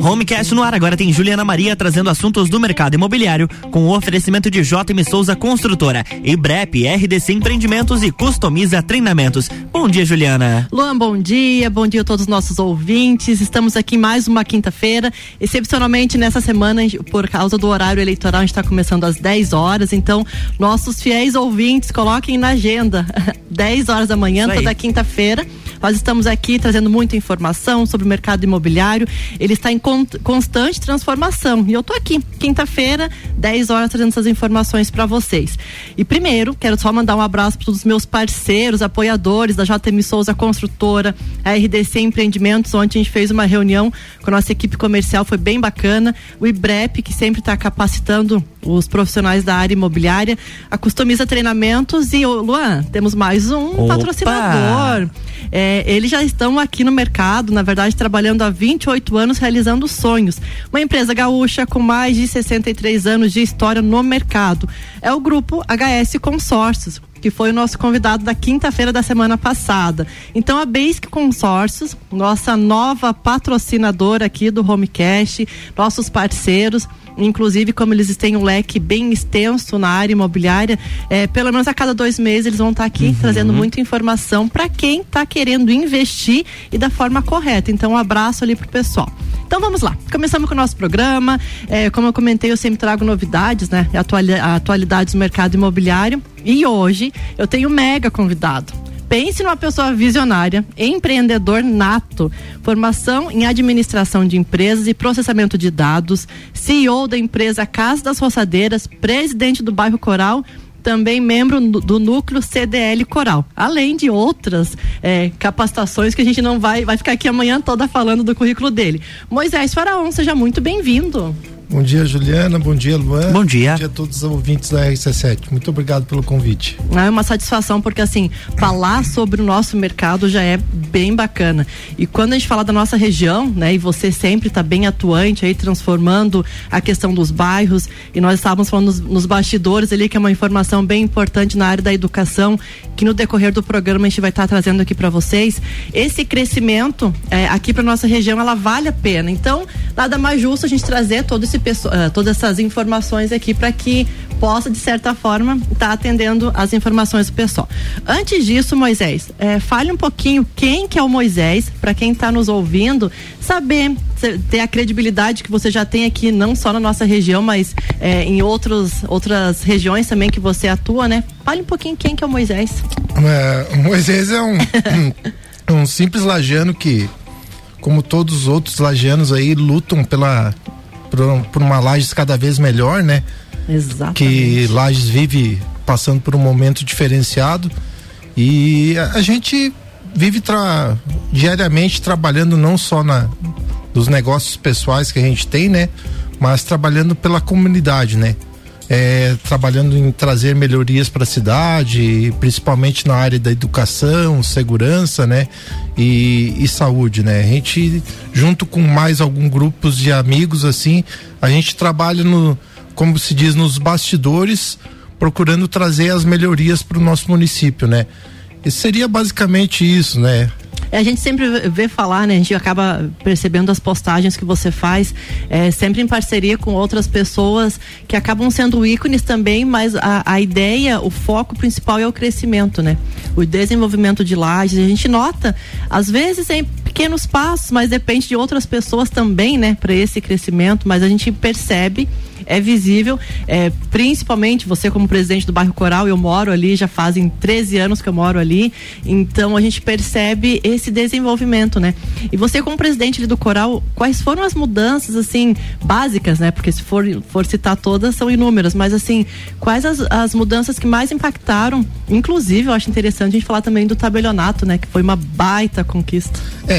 Homecast no ar, agora tem Juliana Maria trazendo assuntos do mercado imobiliário com o oferecimento de JM Souza Construtora, IBREP, RDC Empreendimentos e Customiza Treinamentos. Bom dia, Juliana. Luan, bom dia a todos os nossos ouvintes. Estamos aqui mais uma quinta-feira, excepcionalmente nessa semana, por causa do horário eleitoral, a gente está começando às 10 horas, então nossos fiéis ouvintes coloquem na agenda 10 horas da manhã, toda quinta-feira. Nós estamos aqui trazendo muita informação sobre o mercado imobiliário. Ele está em constante transformação. E eu tô aqui, quinta-feira, 10 horas, trazendo essas informações para vocês. E primeiro, quero só mandar um abraço para todos os meus parceiros, apoiadores da JM Souza Construtora, a RDC Empreendimentos, onde a gente fez uma reunião com a nossa equipe comercial, foi bem bacana. O IBREP, que sempre está capacitando os profissionais da área imobiliária, a Customiza Treinamentos e, Luan, temos mais um patrocinador. Eles já estão aqui no mercado, na verdade, trabalhando há 28 anos, realizando sonhos. Uma empresa gaúcha com mais de 63 anos de história no mercado. É o grupo HS Consórcios, que foi o nosso convidado da quinta-feira da semana passada. Então, a Basic Consórcios, nossa nova patrocinadora aqui do Homecast, nossos parceiros, inclusive, como eles têm um leque bem extenso na área imobiliária, pelo menos a cada 2 meses eles vão estar aqui trazendo muita informação para quem está querendo investir e da forma correta. Então, um abraço ali pro pessoal. Então vamos lá, começamos com o nosso programa. Como eu comentei, eu sempre trago novidades, né? Atualidades do mercado imobiliário. E hoje eu tenho um mega convidado. Pense numa pessoa visionária, empreendedor nato, formação em administração de empresas e processamento de dados, CEO da empresa Casa das Roçadeiras, presidente do bairro Coral, também membro do núcleo CDL Coral, além de outras capacitações que a gente não vai ficar aqui amanhã toda falando do currículo dele. Moisés Faraon, seja muito bem-vindo. Bom dia, Juliana. Bom dia, Luan. Bom dia. Bom dia a todos os ouvintes da RC7. Muito obrigado pelo convite. É uma satisfação, porque assim, falar sobre o nosso mercado já é bem bacana. E quando a gente fala da nossa região, né, e você sempre está bem atuante aí, transformando a questão dos bairros, e nós estávamos falando nos bastidores ali, que é uma informação bem importante na área da educação, que no decorrer do programa a gente vai estar trazendo aqui para vocês. Esse crescimento aqui para nossa região, ela vale a pena. Então, nada mais justo a gente trazer todas essas informações aqui para que possa, de certa forma, estar atendendo as informações do pessoal. Antes disso, Moisés, fale um pouquinho quem que é o Moisés, para quem está nos ouvindo, saber, ter a credibilidade que você já tem aqui, não só na nossa região, mas em outras regiões também que você atua, né? Fale um pouquinho quem que é o Moisés. O Moisés é um simples lajeano que, como todos os outros lajeanos aí, lutam por uma Lages cada vez melhor, né? Exatamente. Que Lages vive passando por um momento diferenciado e a gente vive diariamente trabalhando não só nos negócios pessoais que a gente tem, né? Mas trabalhando pela comunidade, né? Trabalhando em trazer melhorias para a cidade, principalmente na área da educação, segurança, né? E saúde, né? A gente, junto com mais alguns grupos de amigos, assim, a gente trabalha como se diz, nos bastidores, procurando trazer as melhorias para o nosso município, né? E seria basicamente isso, né? A gente sempre vê falar, né? A gente acaba percebendo as postagens que você faz, sempre em parceria com outras pessoas que acabam sendo ícones também, mas a ideia, o foco principal é o crescimento, né? O desenvolvimento de Lages. A gente nota, às vezes em pequenos passos, mas depende de outras pessoas também, né? Para esse crescimento, mas a gente percebe, é visível, principalmente você como presidente do bairro Coral, eu moro ali, já fazem 13 anos que eu moro ali, então a gente percebe esse desenvolvimento, né? E você como presidente ali do Coral, quais foram as mudanças, assim, básicas, né? Porque se for citar todas, são inúmeras, mas assim, quais as mudanças que mais impactaram? Inclusive, eu acho interessante a gente falar também do tabelionato, né? Que foi uma baita conquista.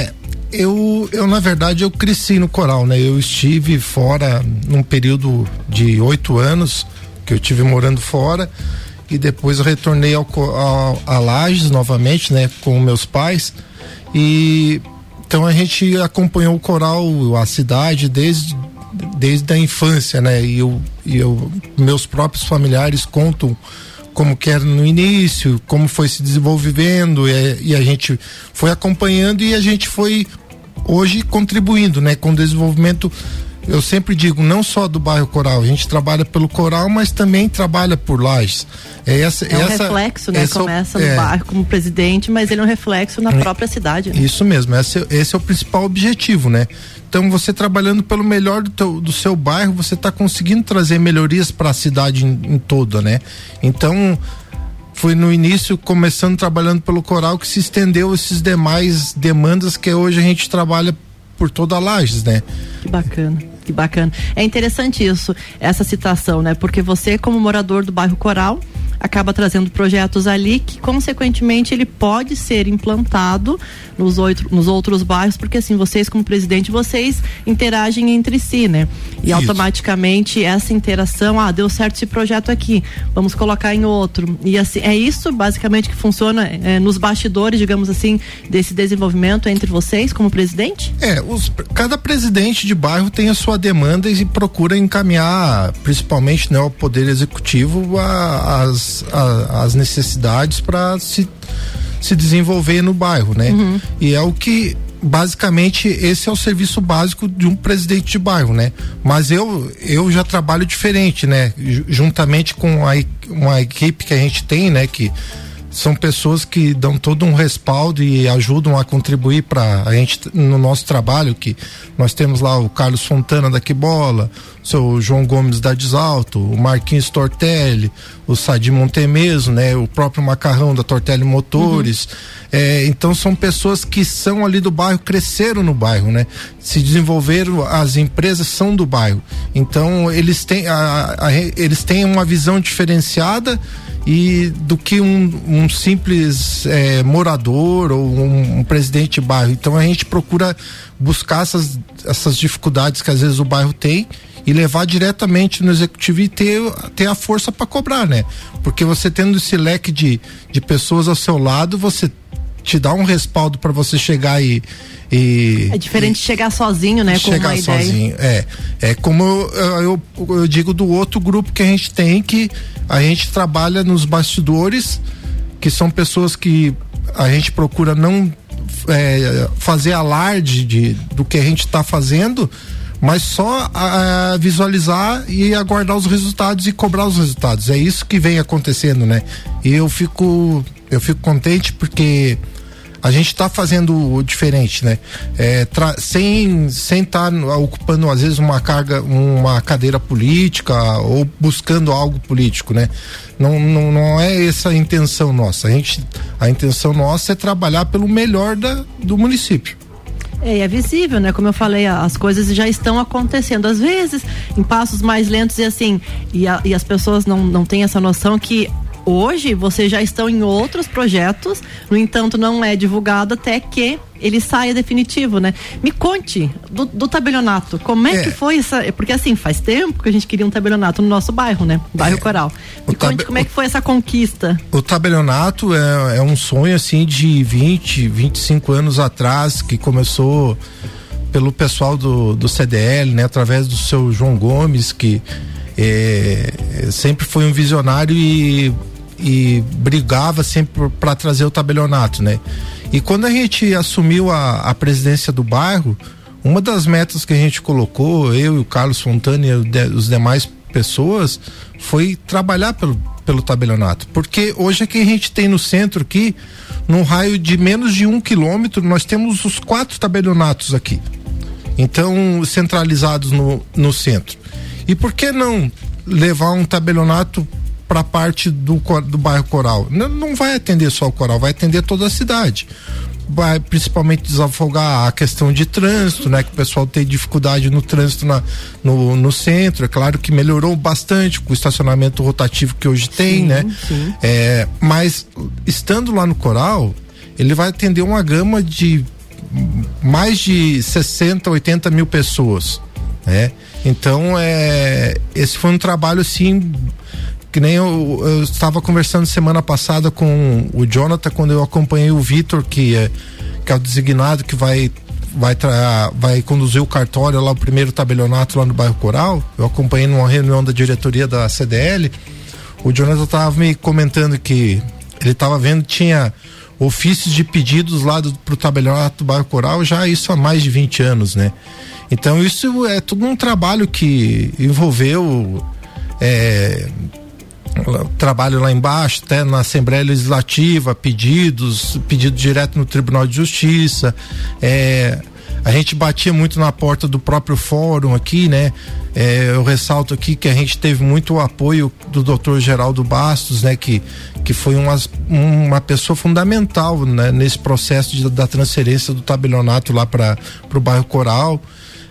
Eu na verdade, eu cresci no Coral, né? Eu estive fora num período de 8 anos, que eu estive morando fora, e depois eu retornei a Lages novamente, né? Com meus pais, e então a gente acompanhou o Coral, a cidade, desde a infância, né? E meus próprios familiares contam como que era no início, como foi se desenvolvendo, e a gente foi acompanhando e a gente foi hoje contribuindo, né, com o desenvolvimento. Eu sempre digo, não só do bairro Coral, a gente trabalha pelo Coral, mas também trabalha por Lages. Um reflexo, né? Começa no bairro como presidente, mas ele é um reflexo na própria cidade. Né? Isso mesmo, esse é o principal objetivo, né? Então, você trabalhando pelo melhor do seu bairro, você está conseguindo trazer melhorias para a cidade em toda, né? Então, foi no início, começando trabalhando pelo Coral, que se estendeu esses demais demandas que hoje a gente trabalha por toda a Lages, né? Que bacana. É interessante isso, essa citação, né? Porque você, como morador do bairro Coral, acaba trazendo projetos ali que, consequentemente, ele pode ser implantado nos outros bairros, porque assim, vocês como presidente, vocês interagem entre si, né? E isso. Automaticamente essa interação, deu certo esse projeto aqui, vamos colocar em outro. E assim, é isso basicamente que funciona nos bastidores, digamos assim, desse desenvolvimento entre vocês como presidente? Cada presidente de bairro tem a sua demanda e procura encaminhar, principalmente, né, ao Poder Executivo, as necessidades para se desenvolver no bairro, né? Uhum. E é o que, basicamente, esse é o serviço básico de um presidente de bairro, né? Mas eu já trabalho diferente, né? Juntamente com uma equipe que a gente tem, né? Que são pessoas que dão todo um respaldo e ajudam a contribuir para a gente no nosso trabalho, que nós temos lá o Carlos Fontana da Quibola, o seu João Gomes da Desalto, o Marquinhos Tortelli, o Sadi Montemeso, né? O próprio Macarrão da Tortelli Motores. Uhum. Então são pessoas que são ali do bairro, cresceram no bairro, né? Se desenvolveram, as empresas são do bairro. Então eles têm uma visão diferenciada e do que um simples morador ou um presidente de bairro. Então a gente procura buscar essas dificuldades que às vezes o bairro tem e levar diretamente no executivo e ter a força para cobrar, né? Porque você tendo esse leque de pessoas ao seu lado, você te dá um respaldo para você chegar é diferente de chegar sozinho, né? Com uma ideia. Sozinho, é como eu digo do outro grupo que a gente tem, que a gente trabalha nos bastidores, que são pessoas que a gente procura não fazer alarde do que a gente está fazendo, mas só visualizar e aguardar os resultados e cobrar os resultados. É isso que vem acontecendo, né? E eu fico contente porque a gente está fazendo diferente, né? Sem estar ocupando às vezes uma cadeira política ou buscando algo político, né? Não é essa a intenção nossa. A intenção nossa é trabalhar pelo melhor do município. É visível, né? Como eu falei, as coisas já estão acontecendo, às vezes em passos mais lentos e assim, e as pessoas não têm essa noção que hoje vocês já estão em outros projetos, no entanto não é divulgado até que ele saia definitivo, né? Me conte do tabelionato, como é que foi essa, porque assim, faz tempo que a gente queria um tabelionato no nosso bairro, né? Bairro Coral. Me conte como é que foi essa conquista. O tabelionato é um sonho assim de 25 anos atrás, que começou pelo pessoal do CDL, né? Através do seu João Gomes, que sempre foi um visionário e brigava sempre para trazer o tabelionato, né? E quando a gente assumiu a presidência do bairro, uma das metas que a gente colocou, eu e o Carlos Fontana e os demais pessoas, foi trabalhar pelo tabelionato, porque hoje aqui a gente tem no centro aqui, num raio de menos de 1 quilômetro, nós temos os 4 tabelionatos aqui, então centralizados no centro. E por que não levar um tabelionato para a parte do bairro Coral? Não vai atender só o Coral, vai atender toda a cidade. Vai principalmente desafogar a questão de trânsito, né? Que o pessoal tem dificuldade no trânsito no centro. É claro que melhorou bastante com o estacionamento rotativo que hoje tem, né? Sim. Mas estando lá no Coral, ele vai atender uma gama de mais de 60, 80 mil pessoas, né? Então, esse foi um trabalho assim, que nem eu estava conversando semana passada com o Jonathan, quando eu acompanhei o Vitor, que é o designado que vai conduzir o cartório lá, o primeiro tabelionato lá no bairro Coral. Eu acompanhei numa reunião da diretoria da CDL. O Jonathan estava me comentando que ele estava vendo, tinha ofícios de pedidos lá pro tabelionato do bairro Coral, já isso há mais de 20 anos, né? Então isso é tudo um trabalho que envolveu trabalho lá embaixo, até na Assembleia Legislativa, pedido direto no Tribunal de Justiça, a gente batia muito na porta do próprio fórum aqui, né? Eu ressalto aqui que a gente teve muito apoio do Dr. Geraldo Bastos, né? Que foi uma pessoa fundamental, né? Nesse processo da transferência do tabelionato lá para o bairro Coral,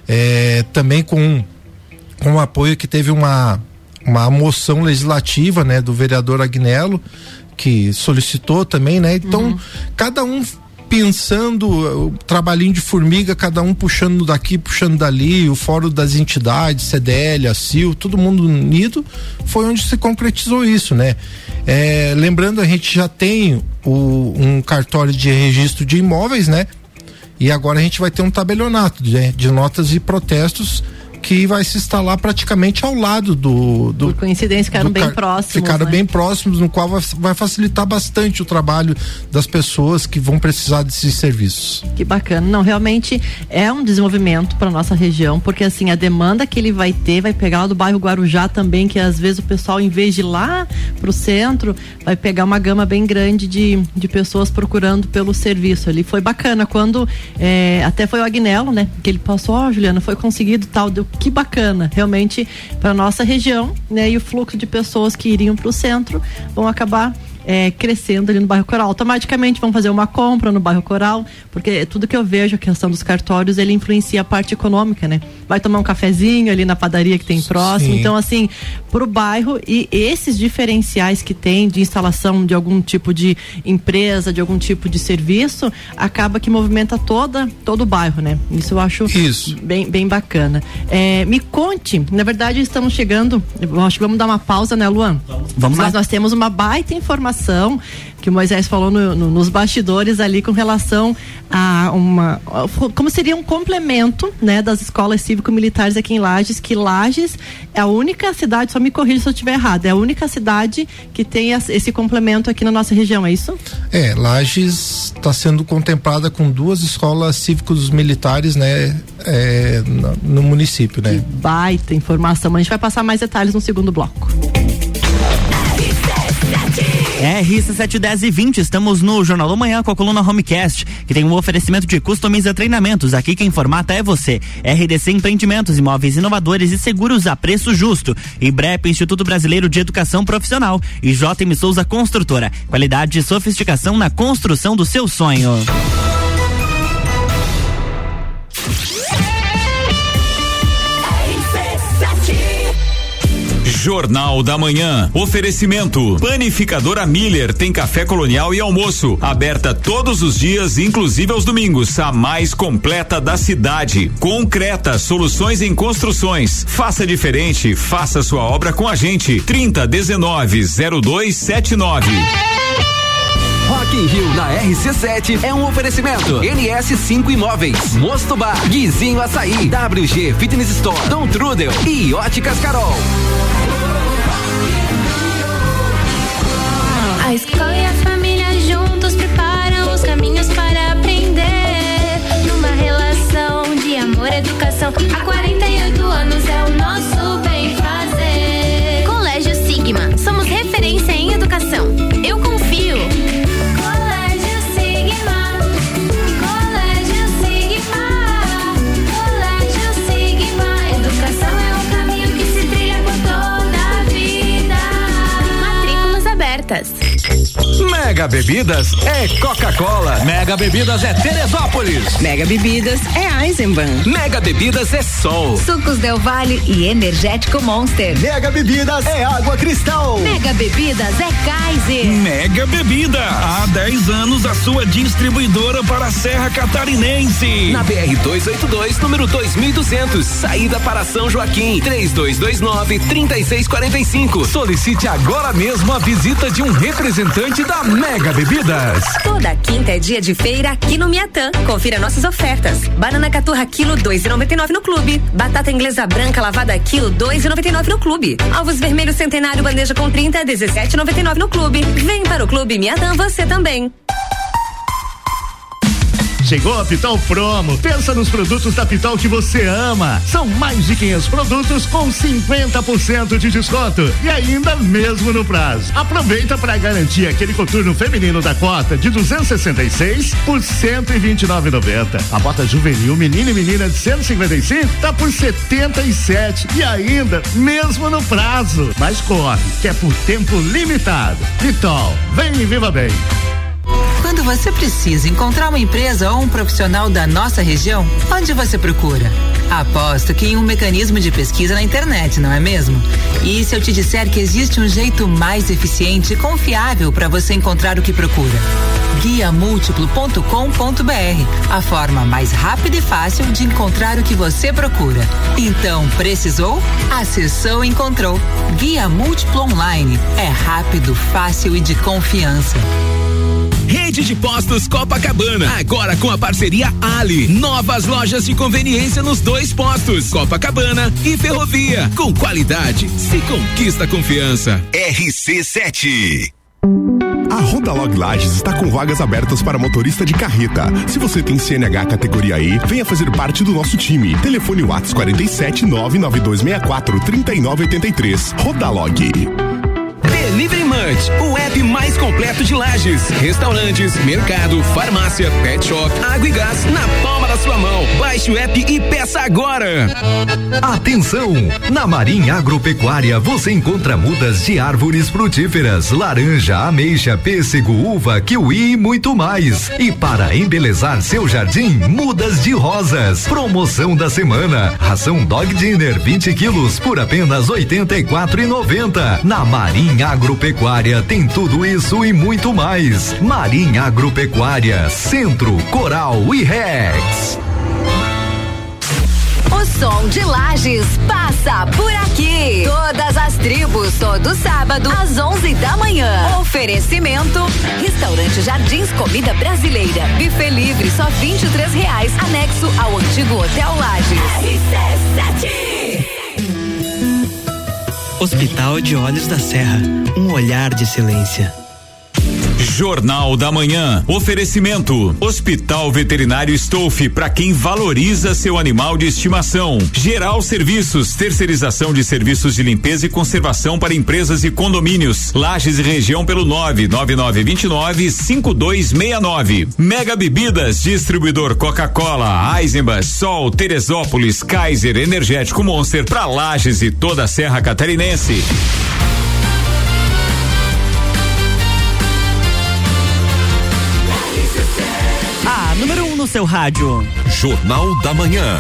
também com um apoio que teve uma moção legislativa, né? Do vereador Agnello, que solicitou também, né? Então, cada um pensando o trabalhinho de formiga, cada um puxando daqui, puxando dali, o fórum das entidades, CDL, a CIL, todo mundo unido, foi onde se concretizou isso, né? Lembrando, a gente já tem um cartório de registro de imóveis, né? E agora a gente vai ter um tabelionato, né? De notas e protestos, que vai se instalar praticamente ao lado Por coincidência, ficaram bem próximos. Ficaram, né? Bem próximos, no qual vai facilitar bastante o trabalho das pessoas que vão precisar desses serviços. Que bacana. Não, realmente é um desenvolvimento para nossa região, porque assim, a demanda que ele vai pegar lá do bairro Guarujá também, que às vezes o pessoal, em vez de ir lá pro centro, vai pegar uma gama bem grande de pessoas procurando pelo serviço ali. Foi bacana quando até foi o Agnello, né? Que ele passou, Juliana, foi conseguido tal, que bacana, realmente para nossa região, né? E o fluxo de pessoas que iriam para o centro vão acabar crescendo ali no bairro Coral. Automaticamente vão fazer uma compra no bairro Coral, porque tudo que eu vejo, a questão dos cartórios, ele influencia a parte econômica, né? Vai tomar um cafezinho ali na padaria que tem próximo. Sim. Então, assim, pro bairro, e esses diferenciais que tem de instalação de algum tipo de empresa, de algum tipo de serviço, acaba que movimenta todo o bairro, né? Isso eu acho bem bacana. Me conte, na verdade estamos chegando, eu acho que vamos dar uma pausa, né, Luan? Vamos lá. Mas nós temos uma baita informação que o Moisés falou nos bastidores ali com relação a como seria um complemento, né, das escolas cívico-militares aqui em Lages, que Lages é a única cidade, só me corrija se eu estiver errado, é a única cidade que tem esse complemento aqui na nossa região, é isso? Lages está sendo contemplada com 2 escolas cívicos militares, né, no município, né? Que baita informação, a gente vai passar mais detalhes no segundo bloco. RC710 e 20, estamos no Jornal da Manhã com a coluna Homecast, que tem um oferecimento de Customiza Treinamentos. Aqui quem formata é você. RDC Empreendimentos, imóveis inovadores e seguros a preço justo. IBREP, Instituto Brasileiro de Educação Profissional. E JM Souza Construtora. Qualidade e sofisticação na construção do seu sonho. Jornal da Manhã. Oferecimento. Panificadora Miller tem café colonial e almoço. Aberta todos os dias, inclusive aos domingos. A mais completa da cidade. Concreta, soluções em construções. Faça diferente, faça sua obra com a gente. 3019-0279. Rock in Rio na RC7 é um oferecimento. NS5 Imóveis, Mosto Bar, Guizinho Açaí, WG Fitness Store, Dom Trudel e Óticas Carol. A escola e a família juntos preparam os caminhos para aprender. Numa relação de amor e educação, há 48 anos é o nosso bem fazer. Colégio Sigma, somos referência em educação. Eu confio. Colégio Sigma, Colégio Sigma, Colégio Sigma. Educação é um caminho que se trilha por toda a vida. Matrículas abertas. Mega Bebidas é Coca-Cola. Mega Bebidas é Teresópolis. Mega Bebidas é Eisenbahn. Mega Bebidas é Sol. Sucos Del Valle e Energético Monster. Mega Bebidas é Água Cristal. Mega Bebidas é Kaiser. Mega Bebida, há 10 anos a sua distribuidora para a Serra Catarinense. Na BR-282, número 2200, saída para São Joaquim, 3229-3645. Solicite agora mesmo a visita de um representante da Mega Bebidas. Toda quinta é dia de feira aqui no Miatã. Confira nossas ofertas. Banana caturra quilo 2,99 no clube. Batata inglesa branca lavada quilo 2,99 no clube. Ovos vermelhos centenário bandeja com 30, 17,99 no clube. Vem para o Clube Miatã você também. Chegou a Pitol Promo. Pensa nos produtos da Pitol que você ama. São mais de 500 produtos com 50% de desconto e ainda mesmo no prazo. Aproveita para garantir aquele coturno feminino da cota de 266 por 129,90. A bota juvenil menino e menina de 155 tá por 77 e ainda mesmo no prazo. Mas corre, que é por tempo limitado. Pitol, vem e viva bem. Quando você precisa encontrar uma empresa ou um profissional da nossa região, onde você procura? Aposto que em um mecanismo de pesquisa na internet, não é mesmo? E se eu te disser que existe um jeito mais eficiente e confiável para você encontrar o que procura? guiamultiplo.com.br, a forma mais rápida e fácil de encontrar o que você procura. Então, precisou? Acessou e encontrou. Guia Múltiplo Online. É rápido, fácil e de confiança. Rede de Postos Copacabana, agora com a parceria Ali. Novas lojas de conveniência nos 2 postos, Copacabana e Ferrovia. Com qualidade, se conquista confiança. RC7. A Rodalog Lages está com vagas abertas para motorista de carreta. Se você tem CNH categoria E, venha fazer parte do nosso time. Telefone WhatsApp 47 99264 3983. Rodalog. Delivery Munch, o app mais completo de Lages. Restaurantes, mercado, farmácia, pet shop, água e gás na palma da sua mão. Baixe o app e peça agora. Atenção! Na Marim Agropecuária você encontra mudas de árvores frutíferas, laranja, ameixa, pêssego, uva, kiwi e muito mais. E para embelezar seu jardim, mudas de rosas. Promoção da semana. Ração Dog Dinner 20 quilos por apenas R$84,90. Na Marim Agropecuária tem tudo isso e muito mais. Marim Agropecuária, Centro, Coral e Rex. O som de Lages passa por aqui. Todas as tribos, todo sábado, às 11 da manhã. Oferecimento: Restaurante Jardins Comida Brasileira. Buffet livre, só R$23. Anexo ao antigo Hotel Lages. Hospital de Olhos da Serra, um olhar de excelência. Jornal da Manhã. Oferecimento: Hospital Veterinário Stolf, para quem valoriza seu animal de estimação. Geral Serviços, terceirização de serviços de limpeza e conservação para empresas e condomínios. Lages e região pelo 99929-5269. Mega Bebidas, distribuidor Coca-Cola, Eisenbach, Sol, Teresópolis, Kaiser, Energético Monster para Lages e toda a Serra Catarinense. Número 1 no seu rádio. Jornal da Manhã.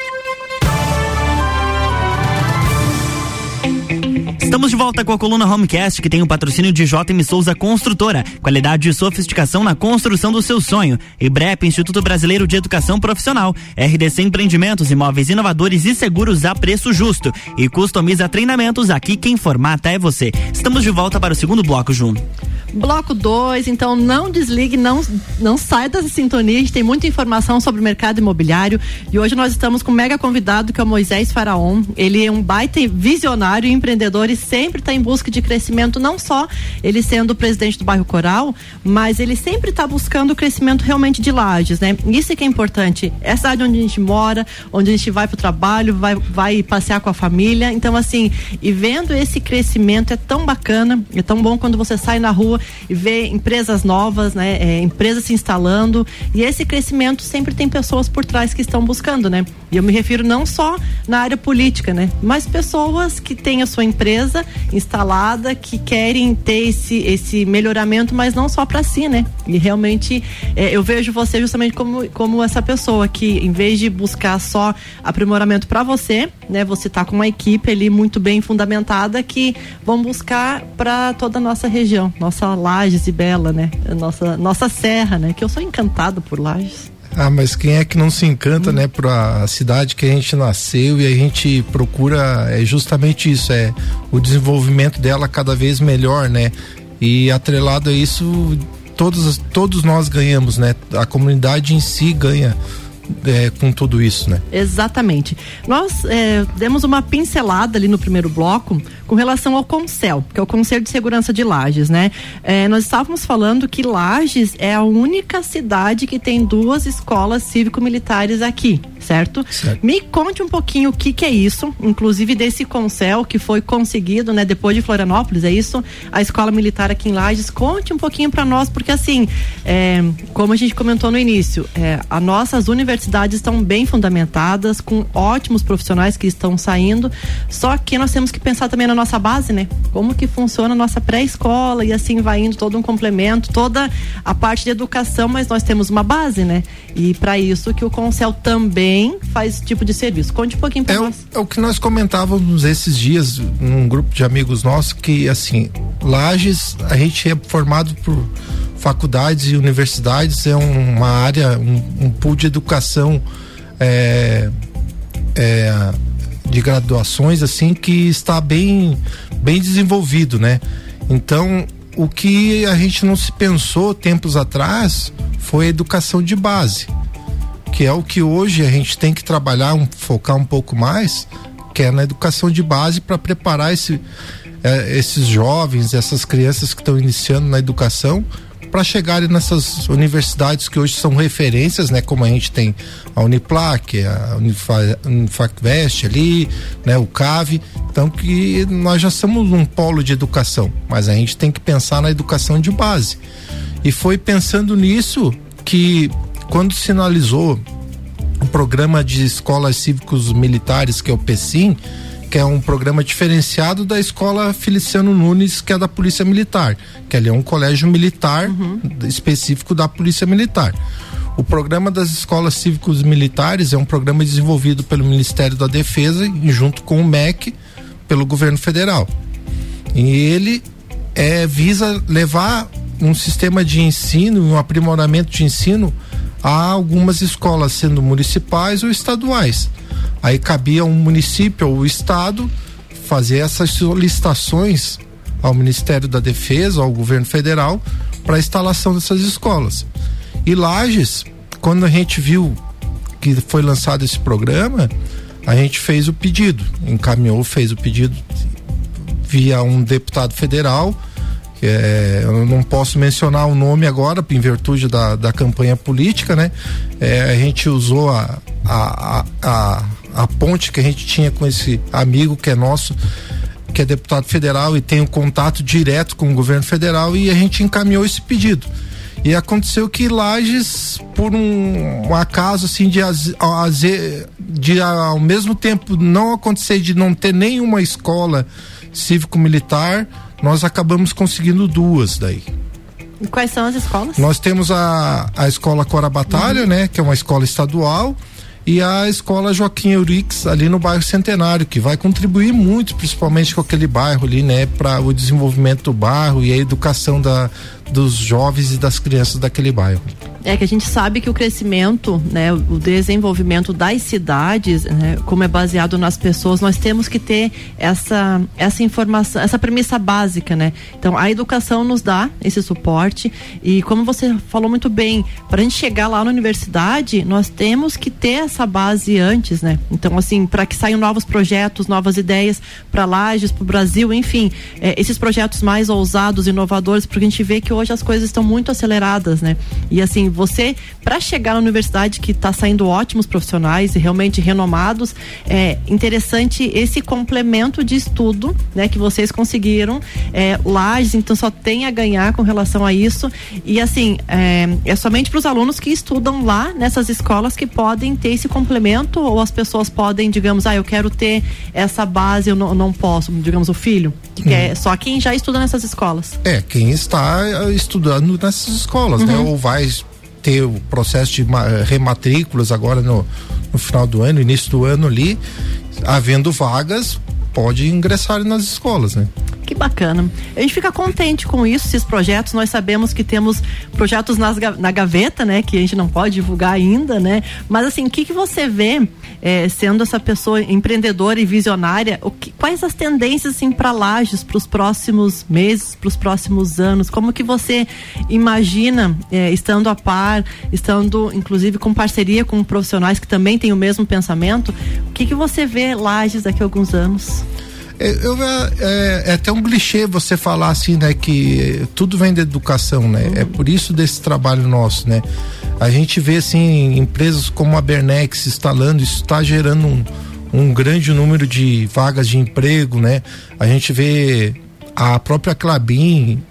Estamos de volta com a coluna Homecast, que tem o patrocínio de JM Souza Construtora, qualidade e sofisticação na construção do seu sonho. IBREP, Instituto Brasileiro de Educação Profissional. RDC Empreendimentos, imóveis inovadores e seguros a preço justo. E Customiza Treinamentos, aqui quem formata é você. Estamos de volta para o segundo bloco, Ju. Bloco 2, então não desligue, não sai dessa sintonia, a gente tem muita informação sobre o mercado imobiliário e hoje nós estamos com um mega convidado que é o Moisés Faraon. Ele é um baita visionário e empreendedor e sempre está em busca de crescimento, não só ele sendo o presidente do bairro Coral, mas ele sempre está buscando o crescimento realmente de Lages, né? Isso que é importante, é a cidade onde a gente mora, onde a gente vai pro trabalho, vai passear com a família, então assim, e vendo esse crescimento é tão bacana, é tão bom quando você sai na rua e ver empresas novas, né? Empresas se instalando, e esse crescimento sempre tem pessoas por trás que estão buscando, né? E eu me refiro não só na área política, né? Mas pessoas que têm a sua empresa instalada, que querem ter esse melhoramento, mas não só para si, né? E realmente eu vejo você justamente como essa pessoa que, em vez de buscar só aprimoramento para você, né? Você tá com uma equipe ali muito bem fundamentada que vão buscar para toda a nossa região, nossa Lages e Bela, né? Nossa serra, né? Que eu sou encantada por Lages. Ah, mas quem é que não se encanta, né? Por a cidade que a gente nasceu e a gente procura justamente isso, o desenvolvimento dela cada vez melhor, né? E atrelado a isso, todos nós ganhamos, né? A comunidade em si ganha com tudo isso, né? Exatamente. Nós demos uma pincelada ali no primeiro bloco com relação ao CONCEL, que é o Conselho de Segurança de Lages, né? Nós estávamos falando que Lages é a única cidade que tem 2 escolas cívico-militares aqui, certo? Me conte um pouquinho o que é isso, inclusive desse CONCEL que foi conseguido, né? Depois de Florianópolis, é isso? A escola militar aqui em Lages. Conte um pouquinho para nós, porque assim, como a gente comentou no início, as nossas universidades estão bem fundamentadas, com ótimos profissionais que estão saindo, só que nós temos que pensar também na nossa base, né? Como que funciona a nossa pré-escola e assim vai indo todo um complemento, toda a parte de educação, mas nós temos uma base, né? E para isso que o CONCEL também faz esse tipo de serviço. Conte um pouquinho para nós. É o que nós comentávamos esses dias num grupo de amigos nossos, que assim, Lages, a gente é formado por faculdades e universidades, é uma área, um pool de educação de graduações assim, que está bem desenvolvido, né? Então, o que a gente não se pensou tempos atrás foi a educação de base, que é o que hoje a gente tem que trabalhar, focar um pouco mais, que é na educação de base, para preparar esses jovens, essas crianças que estão iniciando na educação, para chegarem nessas universidades que hoje são referências, né? Como a gente tem a Uniplac, a Unifacvest ali, né? O CAV, então que nós já somos um polo de educação, mas a gente tem que pensar na educação de base. E foi pensando nisso que, quando se analisou o programa de escolas cívicos militares, que é o PECIM, que é um programa diferenciado da escola Feliciano Nunes, que é da Polícia Militar, que ali é um colégio militar específico da Polícia Militar. O programa das escolas cívicos militares é um programa desenvolvido pelo Ministério da Defesa junto com o MEC, pelo governo federal. E ele visa levar um sistema de ensino, um aprimoramento de ensino a algumas escolas, sendo municipais ou estaduais. Aí cabia um município ou o estado fazer essas solicitações ao Ministério da Defesa, ao governo federal, para a instalação dessas escolas. E Lages, quando a gente viu que foi lançado esse programa, a gente fez o pedido, fez o pedido via um deputado federal, eu não posso mencionar o nome agora, em virtude da campanha política, né? A gente usou a ponte que a gente tinha com esse amigo que é nosso, que é deputado federal e tem um contato direto com o governo federal, e a gente encaminhou esse pedido. E aconteceu que Lages, por um acaso assim de ao mesmo tempo não acontecer de não ter nenhuma escola cívico-militar, nós acabamos conseguindo 2 daí. E quais são as escolas? Nós temos a escola Cora Batalha, né? Que é uma escola estadual, e a escola Joaquim Eurix, ali no bairro Centenário, que vai contribuir muito, principalmente com aquele bairro ali, né? Para o desenvolvimento do bairro e a educação dos jovens e das crianças daquele bairro. É que a gente sabe que o crescimento, né, o desenvolvimento das cidades, né, como é baseado nas pessoas, nós temos que ter essa informação, essa premissa básica, né? Então, a educação nos dá esse suporte, e como você falou muito bem, para a gente chegar lá na universidade, nós temos que ter essa base antes, né? Então, assim, para que saiam novos projetos, novas ideias para Lages, para o Brasil, enfim, esses projetos mais ousados, inovadores, porque a gente vê que hoje as coisas estão muito aceleradas, né? E assim, você, para chegar na universidade que está saindo ótimos profissionais e realmente renomados, é interessante esse complemento de estudo, né, que vocês conseguiram. Lages, então, só tem a ganhar com relação a isso. E assim, é somente para os alunos que estudam lá nessas escolas que podem ter esse complemento, ou as pessoas podem, digamos, eu quero ter essa base, eu não posso, digamos, o filho, que é só quem já estuda nessas escolas. Quem está estudando nessas escolas, né? Ou vai ter o processo de rematrículas agora no final do ano, início do ano ali, havendo vagas, pode ingressar nas escolas, né? Que bacana. A gente fica contente com isso, esses projetos. Nós sabemos que temos projetos na gaveta, né? Que a gente não pode divulgar ainda, né? Mas assim, o que você vê, sendo essa pessoa empreendedora e visionária, quais as tendências assim para Lages, para os próximos meses, para os próximos anos? Como que você imagina, estando a par, estando inclusive com parceria com profissionais que também têm o mesmo pensamento, o que você vê Lages daqui a alguns anos? É até um clichê você falar assim, né, que tudo vem da educação, né? É por isso desse trabalho nosso, né? A gente vê assim empresas como a Bernex se instalando, isso está gerando um grande número de vagas de emprego, né? A gente vê a própria Klabin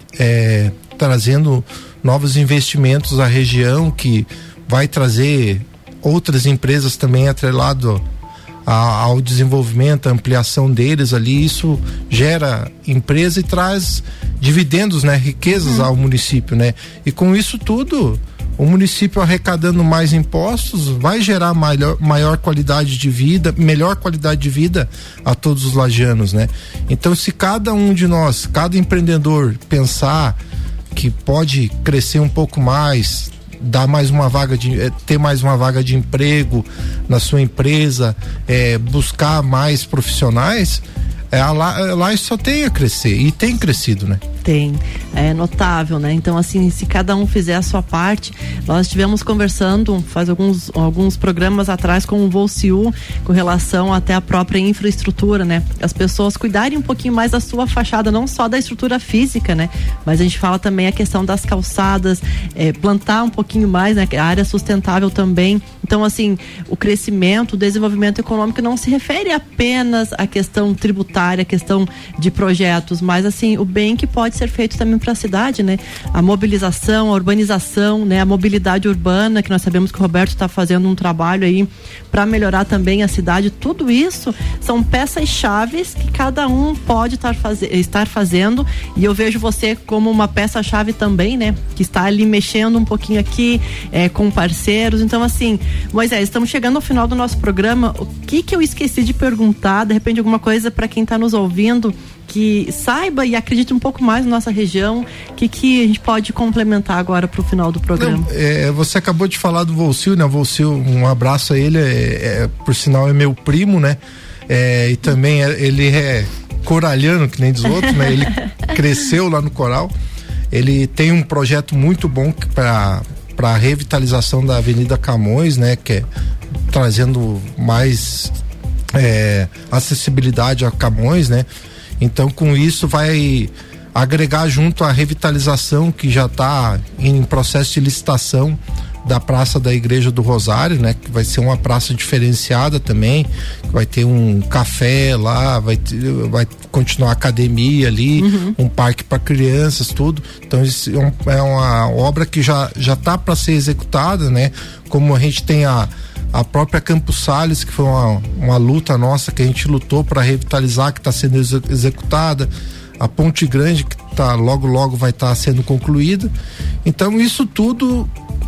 trazendo novos investimentos à região, que vai trazer outras empresas também atrelado ao desenvolvimento, a ampliação deles ali. Isso gera empresa e traz dividendos, né? Riquezas ao município, né? E com isso tudo, o município arrecadando mais impostos vai gerar maior qualidade de vida, melhor qualidade de vida a todos os lagianos, né? Então, se cada um de nós, cada empreendedor pensar que pode crescer um pouco mais, dar mais uma vaga ter mais uma vaga de emprego na sua empresa, buscar mais profissionais, lá só tem a crescer, e tem crescido, né? Tem, é notável, né? Então, assim, se cada um fizer a sua parte, nós estivemos conversando faz alguns programas atrás com o Volciu, com relação até a própria infraestrutura, né? As pessoas cuidarem um pouquinho mais da sua fachada, não só da estrutura física, né? Mas a gente fala também a questão das calçadas, plantar um pouquinho mais, né? A área sustentável também. Então, assim, o crescimento, o desenvolvimento econômico não se refere apenas à questão tributária, à questão de projetos, mas, assim, o bem que pode ser feito também para a cidade, né? A mobilização, a urbanização, né? A mobilidade urbana, que nós sabemos que o Roberto está fazendo um trabalho aí para melhorar também a cidade. Tudo isso são peças-chaves que cada um pode estar fazendo, e eu vejo você como uma peça-chave também, né? Que está ali mexendo um pouquinho aqui com parceiros. Então, assim, Moisés, estamos chegando ao final do nosso programa. O que eu esqueci de perguntar, de repente alguma coisa para quem está nos ouvindo, que saiba e acredite um pouco mais na nossa região, que a gente pode complementar agora para o final do programa? Não, você acabou de falar do Volciu, né? Volciu, um abraço a ele, por sinal é meu primo, né? E também ele é coralhano, que nem dos outros, né? Ele cresceu lá no coral. Ele tem um projeto muito bom para a revitalização da Avenida Camões, né? Que é trazendo mais acessibilidade a Camões, né? Então, com isso vai agregar junto à revitalização que já está em processo de licitação da Praça da Igreja do Rosário, né? Que vai ser uma praça diferenciada também, vai ter um café lá, vai continuar a academia ali, um parque para crianças, tudo. Então, isso é uma obra que já está para ser executada, né? Como a gente tem a própria Campos Sales, que foi uma luta nossa, que a gente lutou para revitalizar, que está sendo executada, a Ponte Grande, que logo vai estar sendo concluída. Então, isso tudo,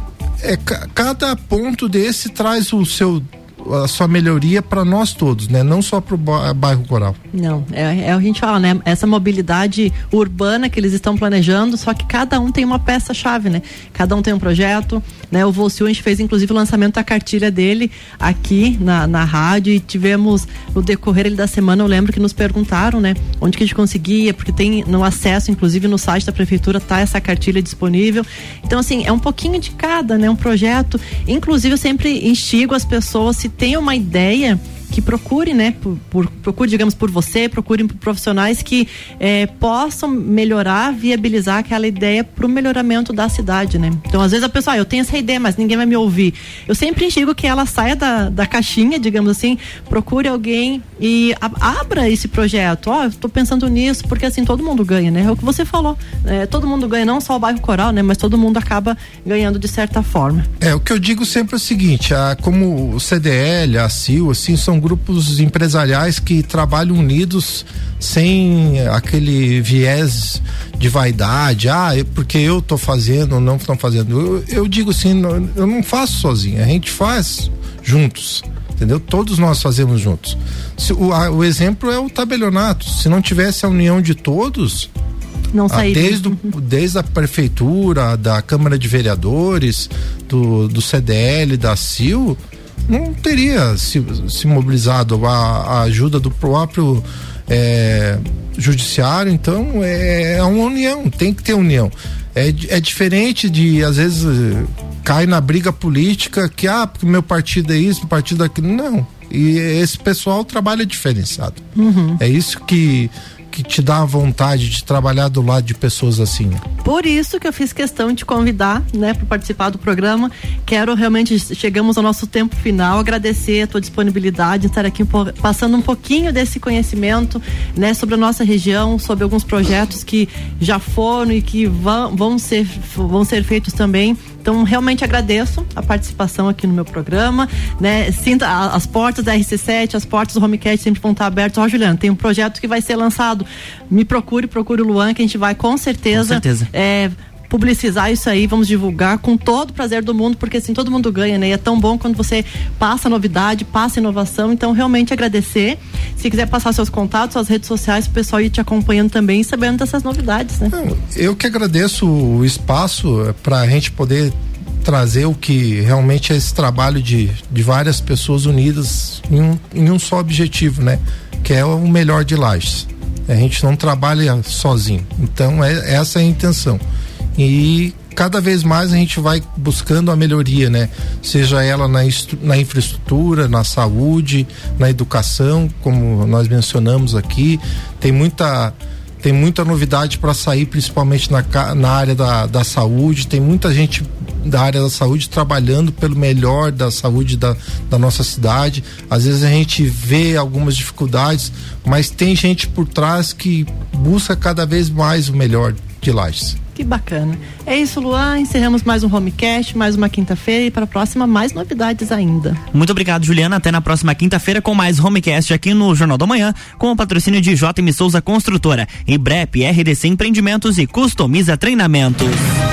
cada ponto desse traz a sua melhoria para nós todos, né? Não só para o bairro Coral. Não, a gente fala, né? Essa mobilidade urbana que eles estão planejando, só que cada um tem uma peça-chave, né? Cada um tem um projeto, né? O Volciu, a gente fez inclusive o lançamento da cartilha dele aqui na rádio, e tivemos no decorrer da semana, eu lembro que nos perguntaram, né? Onde que a gente conseguia, porque tem no acesso, inclusive no site da prefeitura tá essa cartilha disponível. Então, assim, é um pouquinho de cada, né? Um projeto. Inclusive, eu sempre instigo as pessoas, se tem uma ideia, que procure, né? Procure, digamos, por você, procure por profissionais que possam melhorar, viabilizar aquela ideia para o melhoramento da cidade, né? Então, às vezes a pessoa, eu tenho essa ideia, mas ninguém vai me ouvir. Eu sempre instigo que ela saia da caixinha, digamos assim, procure alguém e abra esse projeto. Eu tô pensando nisso, porque assim, todo mundo ganha, né? É o que você falou. Todo mundo ganha, não só o bairro Coral, né? Mas todo mundo acaba ganhando de certa forma. O que eu digo sempre é o seguinte, como o CDL, a CIL, assim, são grupos empresariais que trabalham unidos, sem aquele viés de vaidade, porque eu tô fazendo ou não estão fazendo. Eu digo assim, eu não faço sozinho, a gente faz juntos, entendeu? Todos nós fazemos juntos. O exemplo é o tabelionato. Se não tivesse a união de todos, não sairia. Desde a prefeitura, da Câmara de Vereadores, do CDL, da CIL, não teria se mobilizado a ajuda do próprio judiciário. Então é uma união, tem que ter união. É diferente de, às vezes, cai na briga política que, porque meu partido é isso, meu partido é aquilo. Não. E esse pessoal trabalha diferenciado. É isso que te dá a vontade de trabalhar do lado de pessoas assim. Por isso que eu fiz questão de convidar, né, para participar do programa. Quero realmente, chegamos ao nosso tempo final, agradecer a tua disponibilidade de estar aqui passando um pouquinho desse conhecimento, né, sobre a nossa região, sobre alguns projetos que já foram e que vão ser feitos também. Então, realmente agradeço a participação aqui no meu programa, né? Sinta as portas da RC7, as portas do Homecast sempre vão estar abertas. Juliana, tem um projeto que vai ser lançado. Me procure o Luan, que a gente vai com certeza. Publicizar isso aí, vamos divulgar com todo o prazer do mundo, porque assim todo mundo ganha, né? E é tão bom quando você passa novidade, passa inovação. Então, realmente agradecer. Se quiser passar seus contatos, suas redes sociais, o pessoal ir te acompanhando também e sabendo dessas novidades, né? Eu que agradeço o espaço para a gente poder trazer o que realmente é esse trabalho de várias pessoas unidas em um só objetivo, né? Que é o melhor de Lages. A gente não trabalha sozinho. Então, essa é a intenção. E cada vez mais a gente vai buscando a melhoria, né? Seja ela na infraestrutura, na saúde, na educação, como nós mencionamos aqui. Tem muita novidade para sair, principalmente na área da saúde. Tem muita gente da área da saúde trabalhando pelo melhor da saúde da nossa cidade. Às vezes a gente vê algumas dificuldades, mas tem gente por trás que busca cada vez mais o melhor de Lages. Que bacana. É isso, Luan. Encerramos mais um Homecast, mais uma quinta-feira, e para a próxima mais novidades ainda. Muito obrigado, Juliana. Até na próxima quinta-feira com mais Homecast aqui no Jornal da Manhã, com o patrocínio de JM Souza Construtora, IBREP, RDC Empreendimentos e Customiza Treinamentos.